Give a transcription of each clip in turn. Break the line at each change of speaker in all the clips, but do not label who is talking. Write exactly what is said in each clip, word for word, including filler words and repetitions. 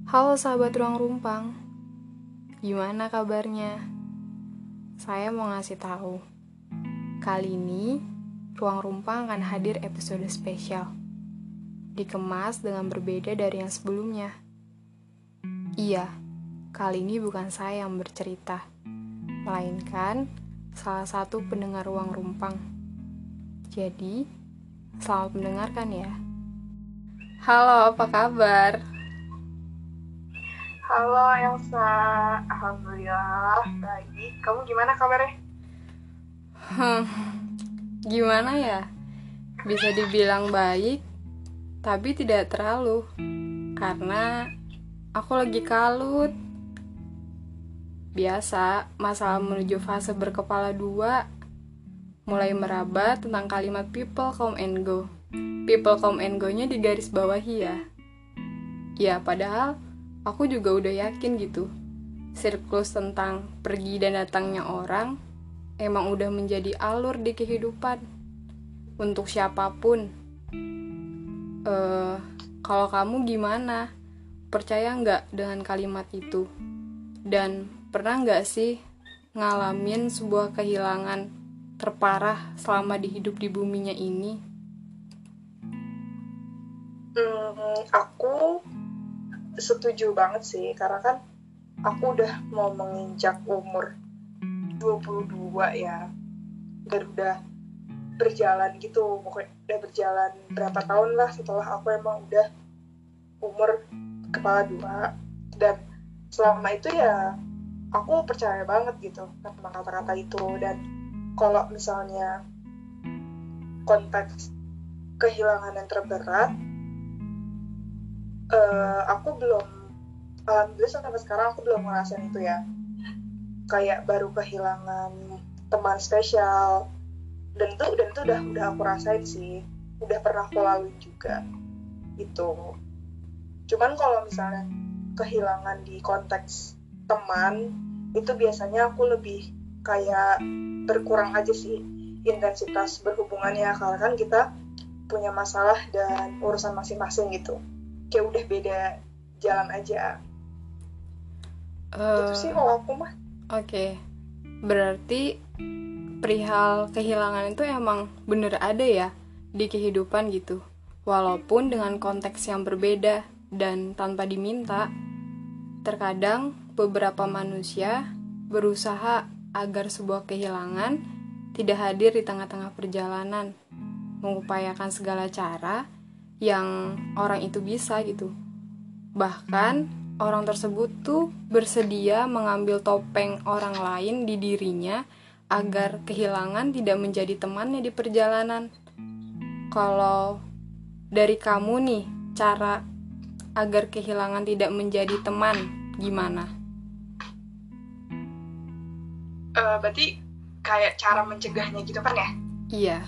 Halo sahabat Ruang Rumpang, gimana kabarnya? Saya mau ngasih tahu. Kali ini, Ruang Rumpang akan hadir episode spesial. Dikemas dengan berbeda dari yang sebelumnya. Iya, kali ini bukan saya yang bercerita, melainkan salah satu pendengar Ruang Rumpang. Jadi, selamat mendengarkan ya. Halo, apa kabar?
Halo Elsa, alhamdulillah baik. Kamu gimana kabarnya?
Hmm, gimana ya? Bisa dibilang baik, tapi tidak terlalu. Karena aku lagi kalut. Biasa, masalah menuju fase berkepala dua mulai meraba tentang kalimat people come and go. People come and go-nya di garis bawahi ya. Ya, padahal aku juga udah yakin gitu. Siklus tentang pergi dan datangnya orang emang udah menjadi alur di kehidupan untuk siapapun. Eh, kalau kamu gimana? Percaya nggak dengan kalimat itu? Dan pernah nggak sih ngalamin sebuah kehilangan terparah selama dihidup di buminya ini?
Hmm, aku setuju banget sih, karena kan aku udah mau menginjak umur dua puluh dua ya. Dan udah berjalan gitu, pokoknya udah berjalan berapa tahun lah setelah aku emang udah umur kepala dua. Dan selama itu ya aku percaya banget gitu sama kata-kata itu. Dan kalau misalnya konteks kehilangan yang terberat, uh, aku belum, alhamdulillah sampai sekarang aku belum ngerasain itu ya. Kayak baru kehilangan teman spesial, dan itu dan itu udah udah aku rasain sih, udah pernah aku lalui juga itu. Cuman kalau misalnya kehilangan di konteks teman, itu biasanya aku lebih kayak berkurang aja sih intensitas berhubungannya, karena kan kita punya masalah dan urusan masing-masing gitu. Kayak udah beda jalan aja.
Uh,
Itu sih kalau aku mah.
Oke, okay. Berarti perihal kehilangan itu emang bener ada ya di kehidupan gitu. Walaupun dengan konteks yang berbeda dan tanpa diminta. Terkadang beberapa manusia berusaha agar sebuah kehilangan tidak hadir di tengah-tengah perjalanan, mengupayakan segala cara yang orang itu bisa gitu. Bahkan orang tersebut tuh bersedia mengambil topeng orang lain di dirinya agar kehilangan tidak menjadi temannya di perjalanan. Kalau dari kamu nih, cara agar kehilangan tidak menjadi teman gimana?
Uh, berarti kayak cara mencegahnya gitu kan ya?
Iya.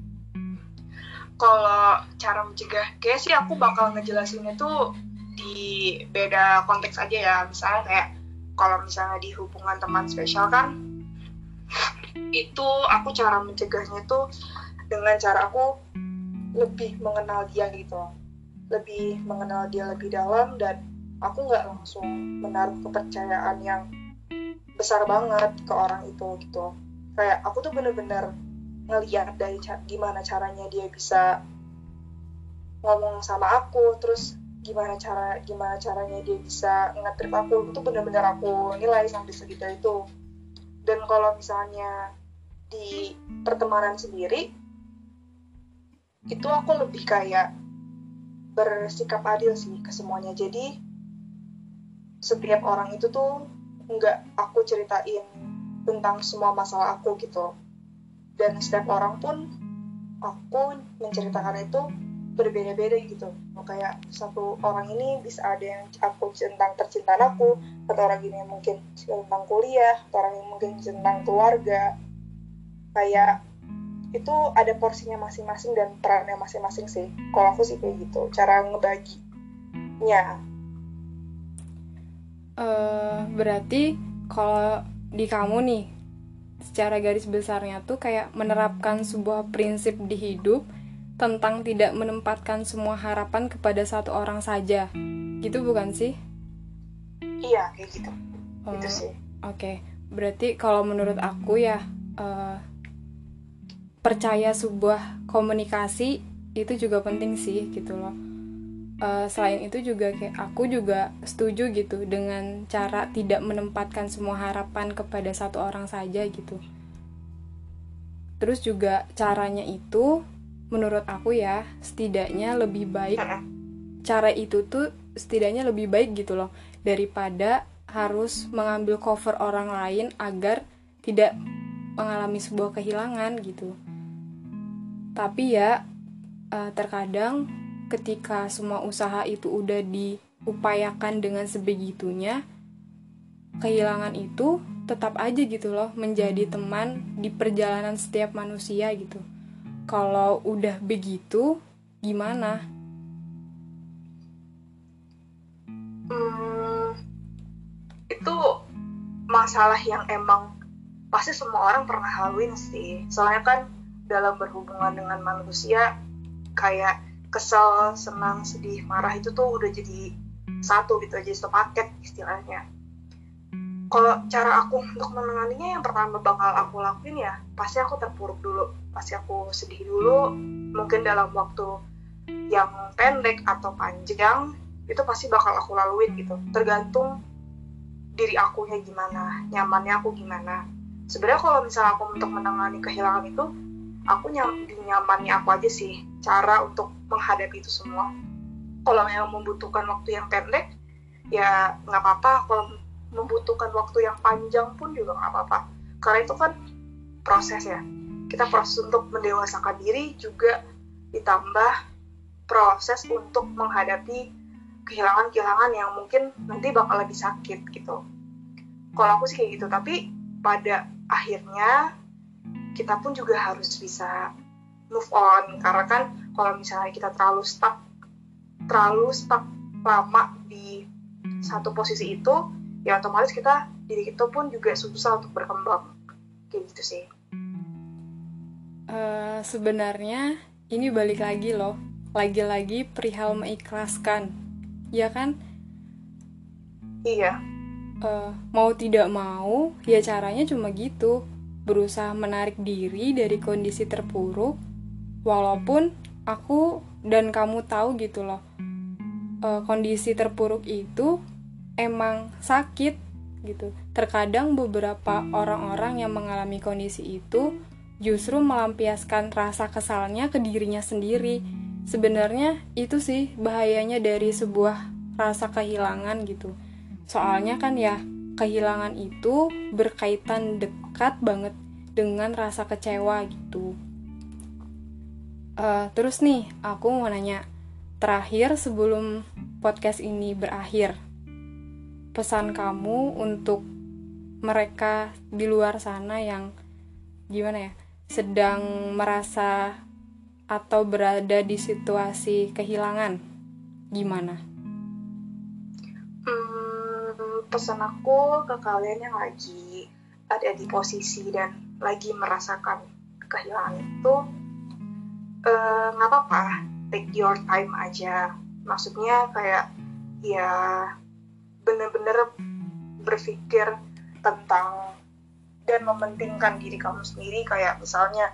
Kalau cara mencegah, kayak sih aku bakal ngejelasinnya tuh di beda konteks aja ya. Misalnya kayak kalau misalnya di hubungan teman spesial kan, itu aku cara mencegahnya tuh dengan cara aku lebih mengenal dia gitu, lebih mengenal dia lebih dalam, dan aku nggak langsung menaruh kepercayaan yang besar banget ke orang itu gitu. Kayak aku tuh bener-bener ngeliat dari ca- gimana caranya dia bisa ngomong sama aku, terus gimana cara gimana caranya dia bisa nge-treat aku, itu bener-bener aku nilai sampai segitu itu. Dan kalau misalnya di pertemanan sendiri, itu aku lebih kayak bersikap adil sih ke semuanya. Jadi setiap orang itu tuh nggak aku ceritain tentang semua masalah aku gitu. Dan setiap orang pun aku menceritakan itu berbeda-beda gitu. Kayak satu orang ini bisa ada yang aku tentang percintaan aku, atau orang ini mungkin tentang kuliah, atau orang yang mungkin tentang keluarga. Kayak itu ada porsinya masing-masing dan perannya masing-masing sih. Kalau aku sih kayak gitu, cara ngebaginya.
Uh, berarti kalau di kamu nih, secara garis besarnya tuh kayak menerapkan sebuah prinsip di hidup tentang tidak menempatkan semua harapan kepada satu orang saja. Gitu bukan sih?
Iya kayak gitu.
Oh,
Itu sih.
oke, okay. Berarti kalau menurut aku ya, uh, percaya sebuah komunikasi itu juga penting sih gitu loh. Uh, selain itu juga kayak aku juga setuju gitu dengan cara tidak menempatkan semua harapan kepada satu orang saja gitu. Terus juga caranya itu menurut aku ya setidaknya lebih baik, cara itu tuh setidaknya lebih baik gitu loh daripada harus mengambil cover orang lain agar tidak mengalami sebuah kehilangan gitu. Tapi ya terkadang ketika semua usaha itu udah diupayakan dengan sebegitunya, kehilangan itu tetap aja gitu loh menjadi teman di perjalanan setiap manusia gitu. Kalau udah begitu gimana?
Hmm, itu masalah yang emang pasti semua orang pernah haluin sih. Soalnya kan dalam berhubungan dengan manusia kayak kesel, senang, sedih, marah itu tuh udah jadi satu gitu aja, satu paket istilahnya. Kalau cara aku untuk menanganinya yang pertama bakal aku lakuin ya pasti aku terpuruk dulu, pasti aku sedih dulu, mungkin dalam waktu yang pendek atau panjang itu pasti bakal aku laluin gitu, tergantung diri akunya gimana, nyamannya aku gimana. Sebenarnya kalau misalnya aku untuk menangani kehilangan itu, aku nyam, di nyamannya aku aja sih cara untuk menghadapi itu semua. Kalau yang membutuhkan waktu yang pendek ya nggak apa-apa, kalau membutuhkan waktu yang panjang pun juga nggak apa-apa, karena itu kan proses ya, kita proses untuk mendewasakan diri juga ditambah proses untuk menghadapi kehilangan-kehilangan yang mungkin nanti bakal lebih sakit gitu. Kalau aku sih kayak gitu, tapi pada akhirnya kita pun juga harus bisa move on, karena kan kalau misalnya kita terlalu stuck terlalu stuck lama di satu posisi itu ya otomatis kita diri kita pun juga susah untuk berkembang kayak gitu sih.
Uh, sebenarnya ini balik lagi loh, lagi-lagi perihal mengikhlaskan, ya kan?
Iya.
Uh, mau tidak mau, ya caranya cuma gitu, berusaha menarik diri dari kondisi terpuruk, walaupun aku dan kamu tahu gitu loh, uh, kondisi terpuruk itu emang sakit gitu. Terkadang beberapa orang-orang yang mengalami kondisi itu justru melampiaskan rasa kesalnya ke dirinya sendiri. Sebenarnya itu sih bahayanya dari sebuah rasa kehilangan gitu. Soalnya kan ya kehilangan itu berkaitan dekat banget dengan rasa kecewa gitu. Uh, terus nih aku mau nanya terakhir sebelum podcast ini berakhir, pesan kamu untuk mereka di luar sana yang gimana ya, sedang merasa atau berada di situasi kehilangan, gimana?
Hmm, pesan aku ke kalian yang lagi ada di posisi dan lagi merasakan kehilangan itu, nggak uh, apa-apa, take your time aja. Maksudnya kayak ya bener-bener berpikir tentang dan mementingkan diri kamu sendiri, kayak misalnya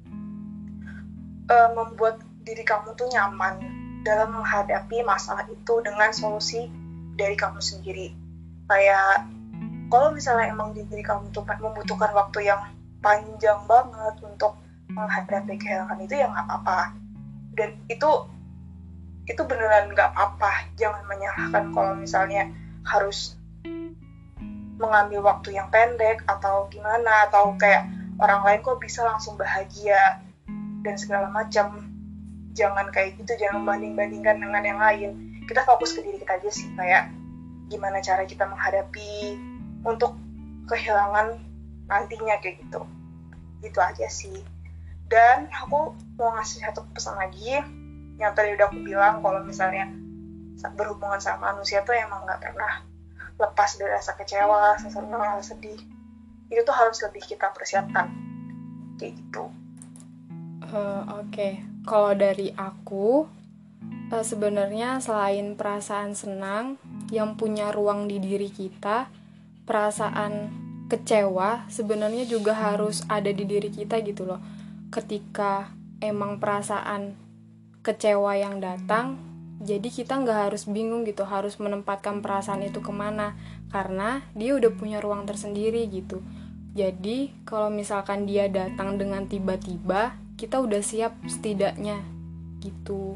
uh, membuat diri kamu tuh nyaman dalam menghadapi masalah itu dengan solusi dari kamu sendiri. Kayak kalau misalnya emang diri kamu tuh membutuhkan waktu yang panjang banget untuk menghadapi kehilangan itu ya nggak apa-apa, dan itu itu beneran nggak apa-apa. Jangan menyalahkan kalau misalnya harus mengambil waktu yang pendek atau gimana, atau kayak orang lain kok bisa langsung bahagia dan segala macam. Jangan kayak gitu, jangan membanding-bandingkan dengan yang lain. Kita fokus ke diri kita aja sih, kayak gimana cara kita menghadapi untuk kehilangan nantinya kayak gitu. Gitu aja sih. Dan aku mau ngasih satu pesan lagi yang tadi udah aku bilang, kalau misalnya berhubungan sama manusia tuh emang nggak pernah lepas dari rasa kecewa, rasa senang, rasa sedih. Itu tuh harus lebih kita persiapkan kayak gitu.
Uh, Oke, okay. Kalau dari aku uh, sebenarnya selain perasaan senang yang punya ruang di diri kita, perasaan kecewa sebenarnya juga harus ada di diri kita gitu loh. Ketika emang perasaan kecewa yang datang, jadi kita nggak harus bingung gitu harus menempatkan perasaan itu kemana, karena dia udah punya ruang tersendiri gitu. Jadi kalau misalkan dia datang dengan tiba-tiba, kita udah siap setidaknya gitu.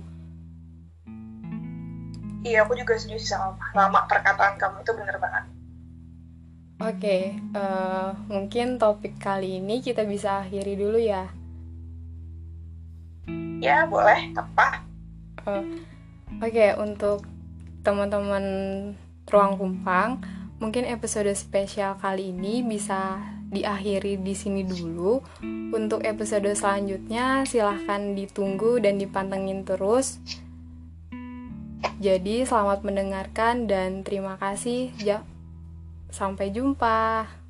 Iya, aku juga setuju sama Lama, perkataan kamu itu bener banget.
Oke, okay, uh, mungkin topik kali ini kita bisa akhiri dulu ya.
Ya, boleh, tepat.
Uh, Oke, okay, untuk teman-teman Ruang Kumpang, mungkin episode spesial kali ini bisa diakhiri di sini dulu. Untuk episode selanjutnya silahkan ditunggu dan dipantengin terus. Jadi selamat mendengarkan dan terima kasih. Ja- sampai jumpa.